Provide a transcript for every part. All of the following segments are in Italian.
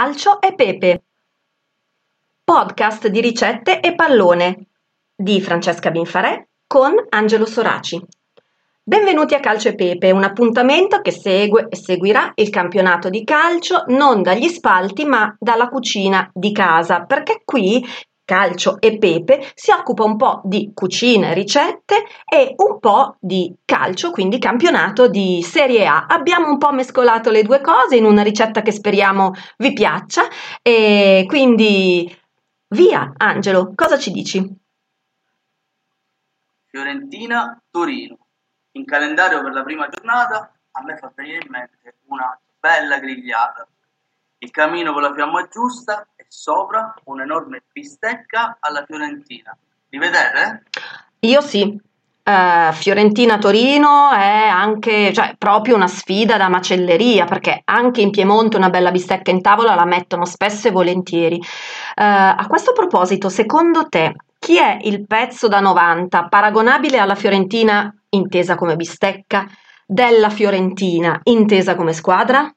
Calcio e Pepe, podcast di ricette e pallone di Francesca Binfarè con Angelo Soraci. Benvenuti a Calcio e Pepe, un appuntamento che segue e seguirà il campionato di calcio non dagli spalti ma dalla cucina di casa, perché qui Calcio e Pepe si occupa un po' di cucina e ricette e un po' di calcio, quindi campionato di Serie A. Abbiamo un po' mescolato le due cose in una ricetta che speriamo vi piaccia e quindi via Angelo, cosa ci dici? Fiorentina-Torino. In calendario per la prima giornata a me fa venire in mente una bella grigliata. Il camino con la fiamma giusta e sopra un'enorme bistecca alla fiorentina. Li vedete? Io sì. Fiorentina-Torino è anche, cioè, proprio una sfida da macelleria, perché anche in Piemonte una bella bistecca in tavola la mettono spesso e volentieri. A questo proposito, secondo te, chi è il pezzo da 90 paragonabile alla Fiorentina intesa come bistecca, della Fiorentina intesa come squadra?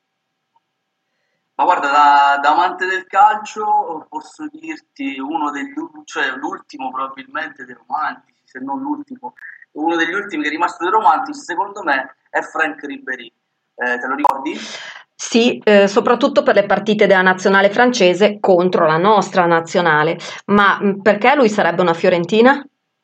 Ma guarda, da amante del calcio posso dirti cioè l'ultimo probabilmente dei romantici, se non l'ultimo, uno degli ultimi che è rimasto dei romantici, secondo me, è Franck Ribéry. Te lo ricordi? Sì, soprattutto per le partite della nazionale francese contro la nostra nazionale, ma perché lui sarebbe una fiorentina?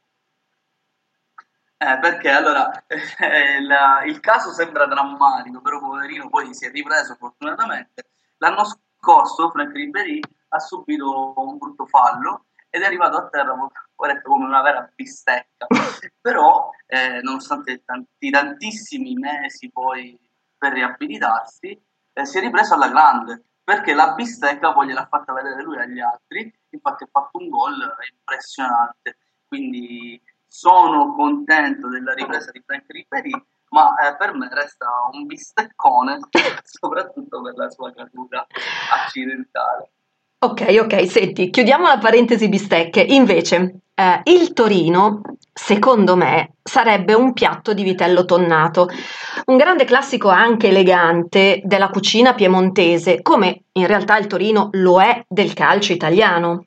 Perché allora il caso sembra drammatico, però poverino poi si è ripreso fortunatamente. L'anno scorso Frank Ribéry ha subito un brutto fallo ed è arrivato a terra poveretto, come una vera bistecca. Però nonostante tantissimi mesi poi per riabilitarsi, si è ripreso alla grande, perché la bistecca poi gliel'ha fatta vedere lui agli altri, infatti ha fatto un gol impressionante. Quindi sono contento della ripresa di Frank Ribéry, ma per me resta un bisteccone, soprattutto per la sua caduta accidentale. Ok, senti, chiudiamo la parentesi bistecche. Invece, il Torino, secondo me, sarebbe un piatto di vitello tonnato, un grande classico anche elegante della cucina piemontese, come in realtà il Torino lo è del calcio italiano.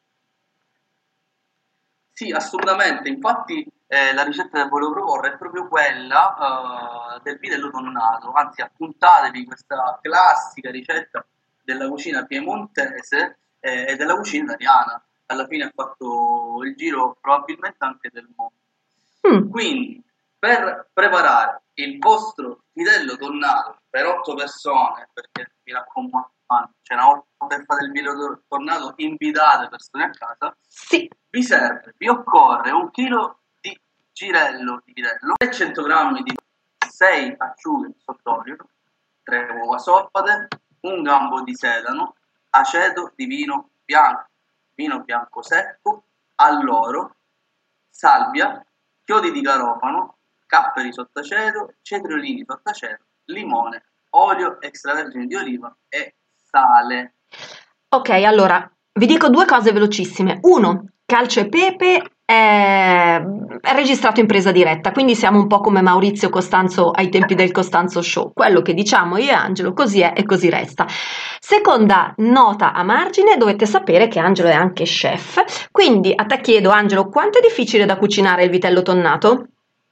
Sì, assolutamente. Infatti, la ricetta che volevo proporre è proprio quella del vitello tonnato. Anzi, appuntatevi questa classica ricetta della cucina piemontese e della cucina italiana. Alla fine ha fatto il giro probabilmente anche del mondo. Mm. Quindi, per preparare il vostro vitello tonnato per 8 persone, perché mi raccomando, c'è una volta per fare il vitello tonnato, invitate persone a casa, Sì. vi occorre 1 chilo di girello di vitello, 300 grammi di 6 acciughe sott'olio, 3 uova soppate, un gambo di sedano, aceto di vino bianco secco, alloro, salvia, chiodi di garofano, capperi sott'aceto, cetriolini sott'aceto, limone, olio extravergine di oliva e sale. Ok, allora vi dico due cose velocissime. Uno, Calcio e Pepe è registrato in presa diretta, quindi siamo un po' come Maurizio Costanzo ai tempi del Costanzo Show. Quello che diciamo io e Angelo, così è e così resta. Seconda nota a margine, dovete sapere che Angelo è anche chef, quindi a te chiedo, Angelo, quanto è difficile da cucinare il vitello tonnato?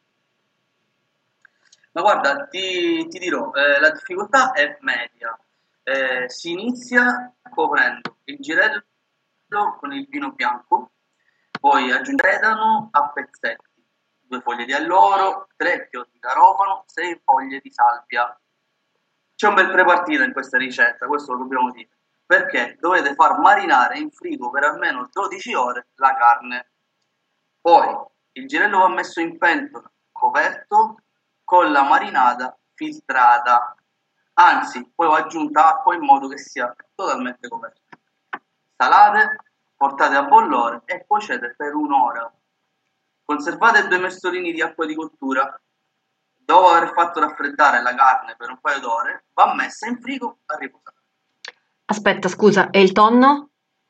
Ma guarda, ti dirò, la difficoltà è media. Si inizia coprendo il girello con il vino bianco, poi aggiungere sedano a pezzetti, 2 foglie di alloro, 3 chiodi di garofano, 6 foglie di salvia. C'è un bel prepartito in questa ricetta, questo lo dobbiamo dire, perché dovete far marinare in frigo per almeno 12 ore la carne. Poi il girello va messo in pentola, coperto, con la marinata filtrata. Anzi, poi ho aggiunto acqua in modo che sia totalmente coperto. Salate, portate a bollore e cuocete per 1 ora. Conservate 2 mestolini di acqua di cottura. Dopo aver fatto raffreddare la carne per un paio d'ore, va messa in frigo a riposare. Aspetta, scusa, e il tonno?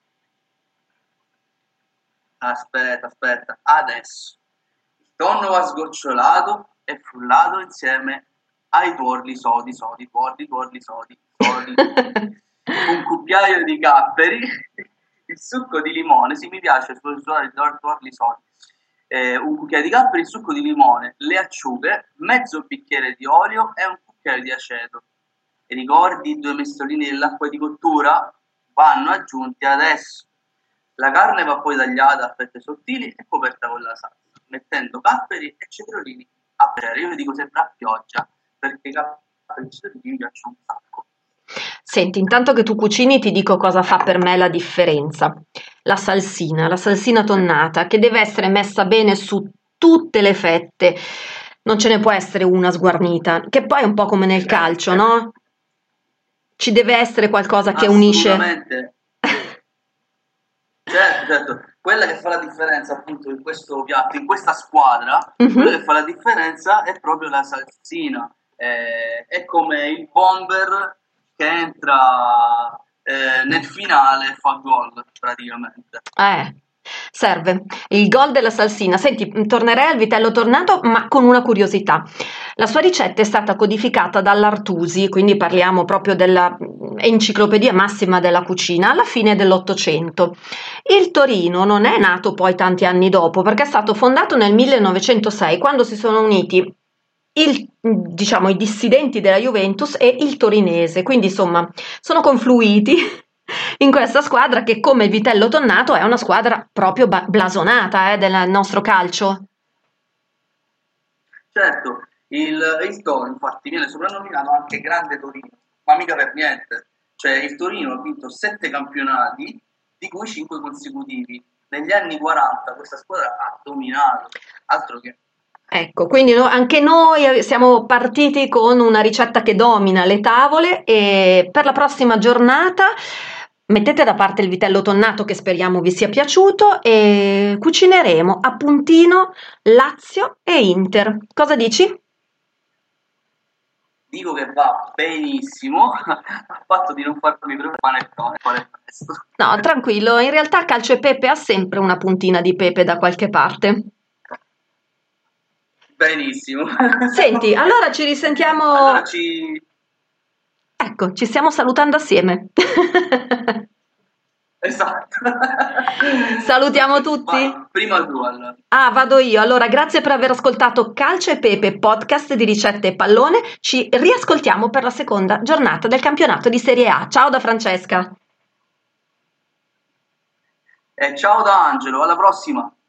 Aspetta, adesso. Il tonno va sgocciolato e frullato insieme ai tuorli sodi. un cucchiaio di capperi, il succo di limone, sì mi piace trovarli soldi, un cucchiaio di capperi, il succo di limone, le acciughe, mezzo bicchiere di olio e un cucchiaio di aceto. E ricordi i 2 mestolini dell'acqua di cottura? Vanno aggiunti adesso. La carne va poi tagliata a fette sottili e coperta con la salsa, mettendo capperi e cetriolini a piacere. Io vi dico sempre a pioggia, perché i capperi e i cetriolini mi piacciono un sacco. Senti, intanto che tu cucini ti dico cosa fa per me la differenza. La salsina tonnata, che deve essere messa bene su tutte le fette. Non ce ne può essere una sguarnita, che poi è un po' come nel calcio, no? Ci deve essere qualcosa che unisce. Assolutamente. Certo, quella che fa la differenza appunto in questo piatto, in questa squadra, quella che fa la differenza è proprio la salsina. È come il bomber che entra nel finale e fa gol praticamente. Serve il gol della salsina. Senti, tornerei al vitello tornato, ma con una curiosità. La sua ricetta è stata codificata dall'Artusi, quindi parliamo proprio della enciclopedia massima della cucina, alla fine dell'Ottocento. Il Torino non è nato poi tanti anni dopo, perché è stato fondato nel 1906, quando si sono uniti i dissidenti della Juventus e il torinese, quindi insomma sono confluiti in questa squadra che, come il vitello tonnato, è una squadra proprio blasonata del nostro calcio. Certo, il Toro infatti viene soprannominato anche Grande Torino, ma mica per niente. Cioè il Torino ha vinto 7 campionati, di cui 5 consecutivi. Negli anni 40 questa squadra ha dominato, altro che... Ecco, quindi anche noi siamo partiti con una ricetta che domina le tavole, e per la prossima giornata mettete da parte il vitello tonnato, che speriamo vi sia piaciuto, e cucineremo a puntino Lazio e Inter. Cosa dici? Dico che va benissimo, a patto di non farmi proprio panettone. No, tranquillo, in realtà Calcio e Pepe ha sempre una puntina di pepe da qualche parte. Benissimo. Senti, allora ci risentiamo. Allora Ecco, ci stiamo salutando assieme. Esatto. Salutiamo tutti. Vai, prima tu allora. Vado io. Allora, grazie per aver ascoltato Calcio e Pepe, podcast di ricette e pallone. Ci riascoltiamo per la seconda giornata del campionato di Serie A. Ciao da Francesca. Ciao da Angelo, alla prossima.